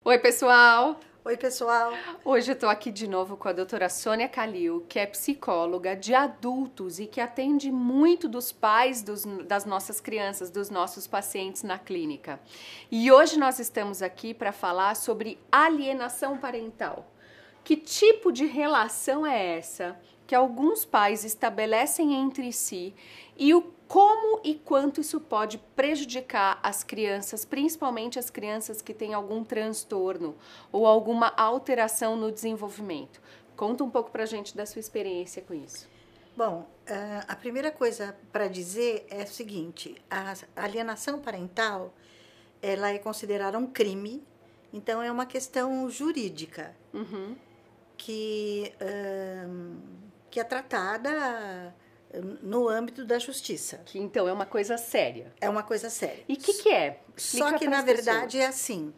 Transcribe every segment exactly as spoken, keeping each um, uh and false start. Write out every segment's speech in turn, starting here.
Oi, pessoal! Oi, pessoal. Hoje eu tô aqui de novo com a doutora Sônia Calil, que é psicóloga de adultos e que atende muito dos pais dos, das nossas crianças, dos nossos pacientes na clínica. E hoje nós estamos aqui para falar sobre alienação parental. Que tipo de relação é essa que alguns pais estabelecem entre si e o como e quanto isso pode prejudicar as crianças, principalmente as crianças que têm algum transtorno ou alguma alteração no desenvolvimento? Conta um pouco pra gente da sua experiência com isso. Bom, a primeira coisa para dizer é o seguinte: a alienação parental, ela é considerada um crime, então é uma questão jurídica Uhum. que, hum, que é tratada no âmbito da justiça. Que então é uma coisa séria. É uma coisa séria. E o que, que é? Explica Só que, na pras verdade, pessoas. é assim: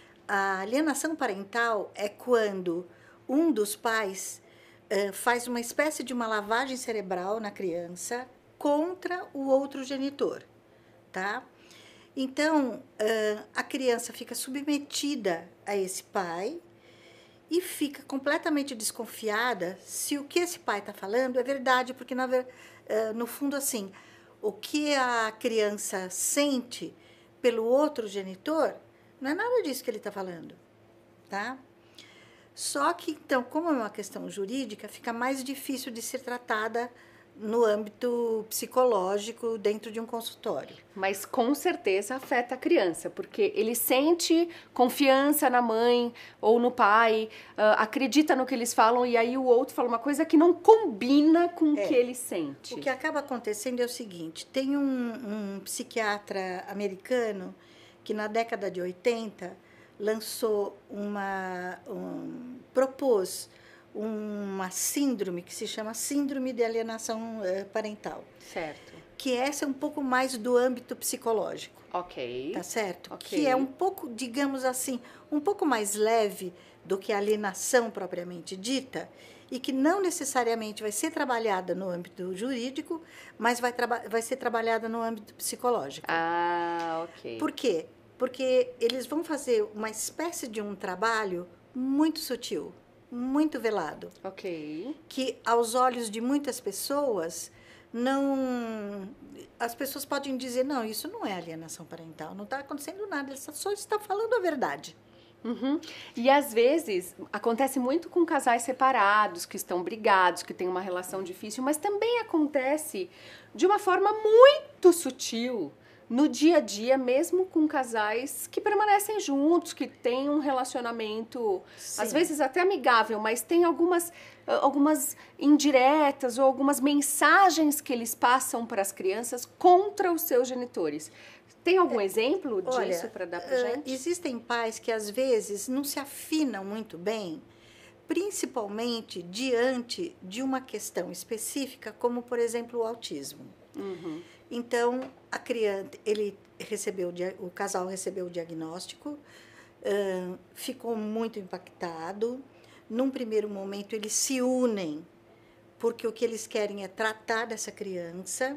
a alienação parental é quando um dos pais uh, faz uma espécie de uma lavagem cerebral na criança contra o outro genitor, tá? Então, uh, a criança fica submetida a esse pai e fica completamente desconfiada se o que esse pai está falando é verdade, porque, na, uh, no fundo, assim, o que a criança sente pelo outro genitor não é nada disso que ele está falando, tá? Só que, então, como é uma questão jurídica, fica mais difícil de ser tratada no âmbito psicológico dentro de um consultório. Mas com certeza afeta a criança, porque ele sente confiança na mãe ou no pai, uh, acredita no que eles falam e aí o outro fala uma coisa que não combina com o É. que ele sente. O que acaba acontecendo é o seguinte: tem um, um psiquiatra americano que na década de oitenta lançou uma, um, propôs uma síndrome que se chama síndrome de alienação uh, parental. Certo. Que essa é um pouco mais do âmbito psicológico. Ok. Tá certo? Ok. Que é um pouco, digamos assim, um pouco mais leve do que a alienação propriamente dita e que não necessariamente vai ser trabalhada no âmbito jurídico, mas vai, vai ser trabalhada no âmbito psicológico. Ah, ok. Por quê? Porque eles vão fazer uma espécie de um trabalho muito sutil, muito velado. Ok. Que aos olhos de muitas pessoas não, as pessoas podem dizer, não, isso não é alienação parental, não está acontecendo nada, ele só está falando a verdade. Uhum. E às vezes acontece muito com casais separados, que estão brigados, que têm uma relação difícil, mas também acontece de uma forma muito sutil no dia a dia, mesmo com casais que permanecem juntos, que têm um relacionamento, Sim. Às vezes até amigável, mas tem algumas, algumas indiretas ou algumas mensagens que eles passam para as crianças contra os seus genitores. Tem algum exemplo disso para dar para uh, gente? Existem pais que às vezes não se afinam muito bem, principalmente diante de uma questão específica, como por exemplo o autismo. Uhum. Então, a criança, ele recebeu, o casal recebeu o diagnóstico, uh, ficou muito impactado. Num primeiro momento, eles se unem, porque o que eles querem é tratar dessa criança,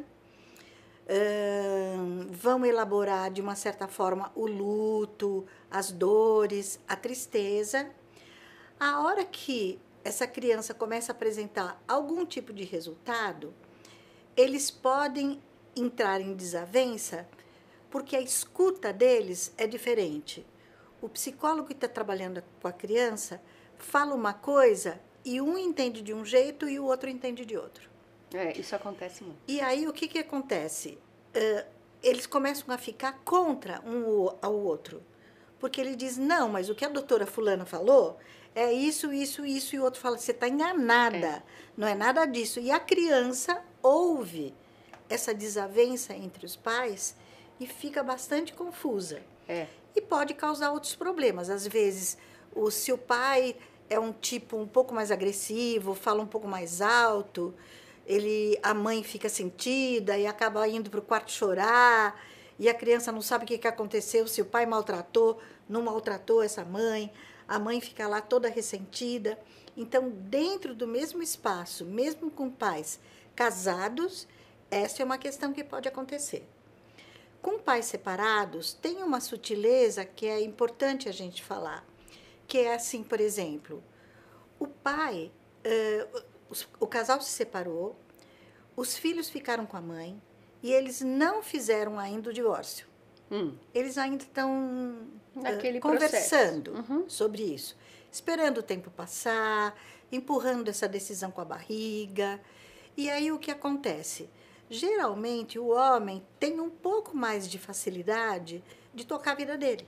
uh, vão elaborar, de uma certa forma, o luto, as dores, a tristeza. A hora que essa criança começa a apresentar algum tipo de resultado, eles podem entrar em desavença, porque a escuta deles é diferente. O psicólogo que está trabalhando com a criança fala uma coisa e um entende de um jeito e o outro entende de outro. É, isso acontece muito. E aí o que, que acontece? Uh, eles começam a ficar contra um ao outro, porque ele diz, não, mas o que a doutora fulana falou é isso, isso, isso, e o outro fala, você está enganada, é. Não é nada disso. E a criança ouve essa desavença entre os pais e fica bastante confusa. É. E pode causar outros problemas. Às vezes, o, se o pai é um tipo um pouco mais agressivo, fala um pouco mais alto, ele, a mãe fica sentida e acaba indo para o quarto chorar, e a criança não sabe o que, que aconteceu, se o pai maltratou, não maltratou essa mãe, a mãe fica lá toda ressentida. Então, dentro do mesmo espaço, mesmo com pais casados, essa é uma questão que pode acontecer. Com pais separados, tem uma sutileza que é importante a gente falar. que é assim, por exemplo, o pai, uh, os, o casal se separou, os filhos ficaram com a mãe e eles não fizeram ainda o divórcio. Hum. Eles ainda estão uh, Naquele conversando Uhum. sobre isso, esperando o tempo passar, empurrando essa decisão com a barriga. E aí o que acontece? Geralmente o homem tem um pouco mais de facilidade de tocar a vida dele.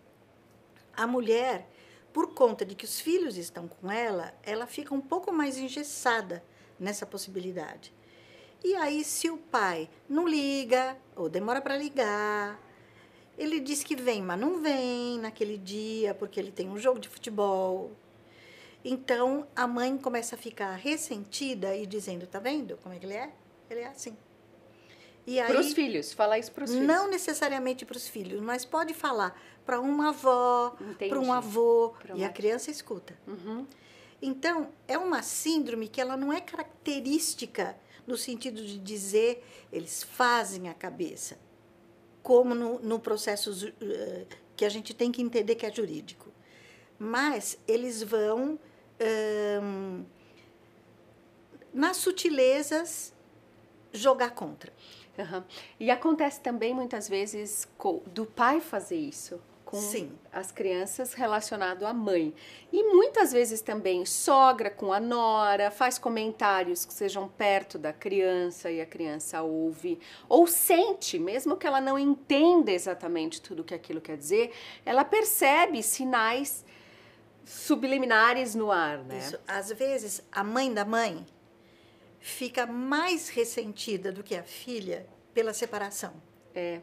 A mulher, por conta de que os filhos estão com ela, ela fica um pouco mais engessada nessa possibilidade. E aí, se o pai não liga, ou demora para ligar, ele diz que vem, mas não vem naquele dia, porque ele tem um jogo de futebol. Então, a mãe começa a ficar ressentida e dizendo, tá vendo como é que ele é? Ele é assim. Para os filhos, falar isso para os filhos. Não necessariamente para os filhos, mas pode falar para uma avó, para um avô, pra uma... e a criança escuta. Uhum. Então, é uma síndrome que ela não é característica no sentido de dizer eles fazem a cabeça, como no, no processo uh, que a gente tem que entender que é jurídico. Mas eles vão, um, nas sutilezas, jogar contra. Uhum. E acontece também, muitas vezes, do pai fazer isso com Sim. as crianças relacionado à mãe. E muitas vezes também sogra com a nora, faz comentários que sejam perto da criança e a criança ouve, ou sente, mesmo que ela não entenda exatamente tudo o que aquilo quer dizer, ela percebe sinais subliminares no ar, né? Isso. Às vezes, a mãe da mãe fica mais ressentida do que a filha pela separação. É.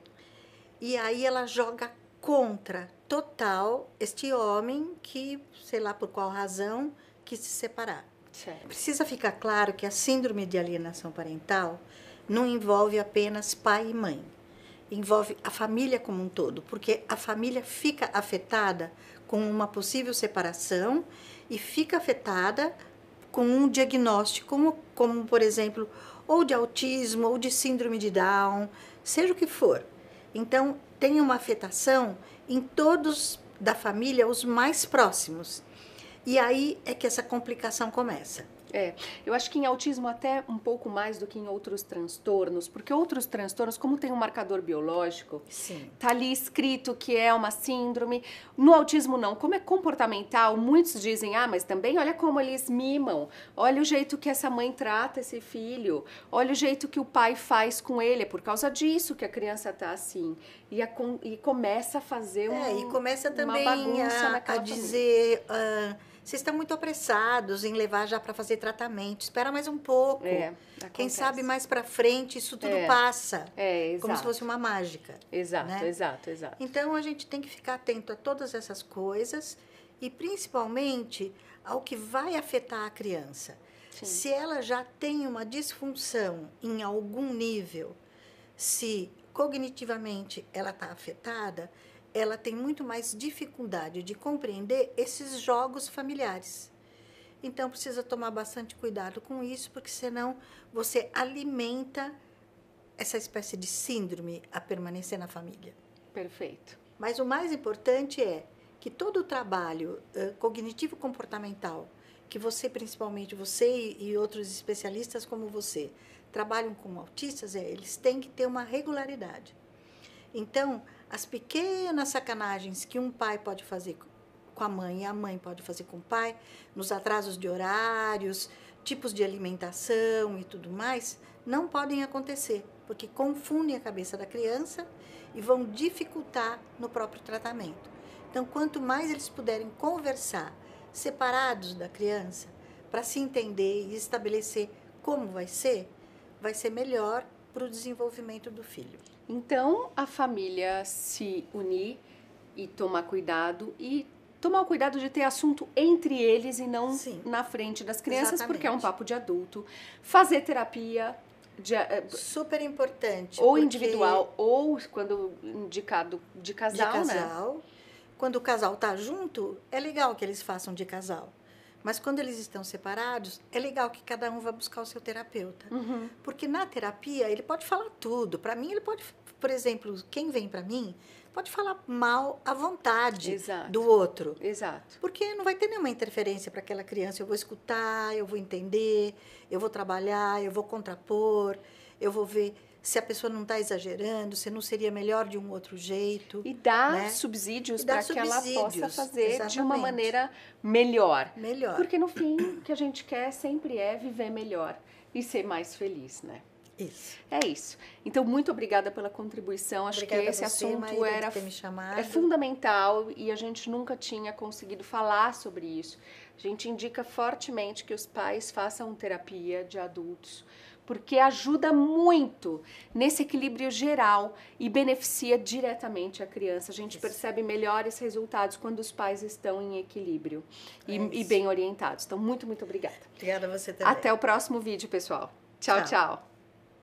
E aí ela joga contra total este homem que, sei lá por qual razão, quis se separar. Certo. Precisa ficar claro que a síndrome de alienação parental não envolve apenas pai e mãe. Envolve a família como um todo, porque a família fica afetada com uma possível separação e fica afetada com um diagnóstico, como, como, por exemplo, ou de autismo, ou de síndrome de Down, seja o que for. Então, tem uma afetação em todos da família, os mais próximos. E aí é que essa complicação começa. É, eu acho que em autismo até um pouco mais do que em outros transtornos, porque outros transtornos, como tem um marcador biológico, Sim. tá ali escrito que é uma síndrome. No autismo não, como é comportamental, muitos dizem, ah, mas também olha como eles mimam, olha o jeito que essa mãe trata esse filho, olha o jeito que o pai faz com ele, é por causa disso que a criança tá assim. E, a, e começa a fazer um, é, e começa também uma bagunça a, naquela a dizer... Uh, vocês estão muito apressados em levar já para fazer tratamento. Espera mais um pouco. É, Quem sabe mais para frente isso tudo é, passa. É, exato. Como se fosse uma mágica. Exato, né? exato, exato. Então a gente tem que ficar atento a todas essas coisas e principalmente ao que vai afetar a criança. Sim. Se ela já tem uma disfunção em algum nível, se cognitivamente ela está afetada, ela tem muito mais dificuldade de compreender esses jogos familiares. Então, precisa tomar bastante cuidado com isso, porque senão você alimenta essa espécie de síndrome a permanecer na família. Perfeito. Mas o mais importante é que todo o trabalho uh, cognitivo-comportamental, que você, principalmente você e, e outros especialistas como você, trabalham com autistas, é, eles têm que ter uma regularidade. Então, as pequenas sacanagens que um pai pode fazer com a mãe e a mãe pode fazer com o pai, nos atrasos de horários, tipos de alimentação e tudo mais, não podem acontecer, porque confundem a cabeça da criança e vão dificultar no próprio tratamento. Então, quanto mais eles puderem conversar separados da criança, para se entender e estabelecer como vai ser, vai ser melhor para o desenvolvimento do filho. Então, a família se unir e tomar cuidado e tomar o cuidado de ter assunto entre eles e não Sim. na frente das crianças, Exatamente. Porque é um papo de adulto. Fazer terapia. De, super importante. Ou individual, ou quando indicado de casal, de casal. né? Quando o casal tá junto, é legal que eles façam de casal. Mas quando eles estão separados, é legal que cada um vá buscar o seu terapeuta. Uhum. Porque na terapia ele pode falar tudo. Para mim, ele pode, por exemplo, quem vem para mim pode falar mal à vontade Exato. do outro. Exato. Porque não vai ter nenhuma interferência para aquela criança. Eu vou escutar, eu vou entender, eu vou trabalhar, eu vou contrapor, eu vou ver se a pessoa não está exagerando, se não seria melhor de um outro jeito. E dar né? subsídios E dar para que ela subsídios, possa fazer exatamente. de uma maneira melhor. Melhor. Porque no fim, o que a gente quer sempre é viver melhor e ser mais feliz, né? Isso. É isso. Então, muito obrigada pela contribuição. Acho Obrigada que esse a você, assunto Maíra, era de ter me chamado. é fundamental e a gente nunca tinha conseguido falar sobre isso. A gente indica fortemente que os pais façam terapia de adultos, porque ajuda muito nesse equilíbrio geral e beneficia diretamente a criança. A gente Isso. percebe melhores resultados quando os pais estão em equilíbrio e, É e bem orientados. Então, muito, muito obrigada. Obrigada a você também. Até o próximo vídeo, pessoal. Tchau, Tchau. tchau.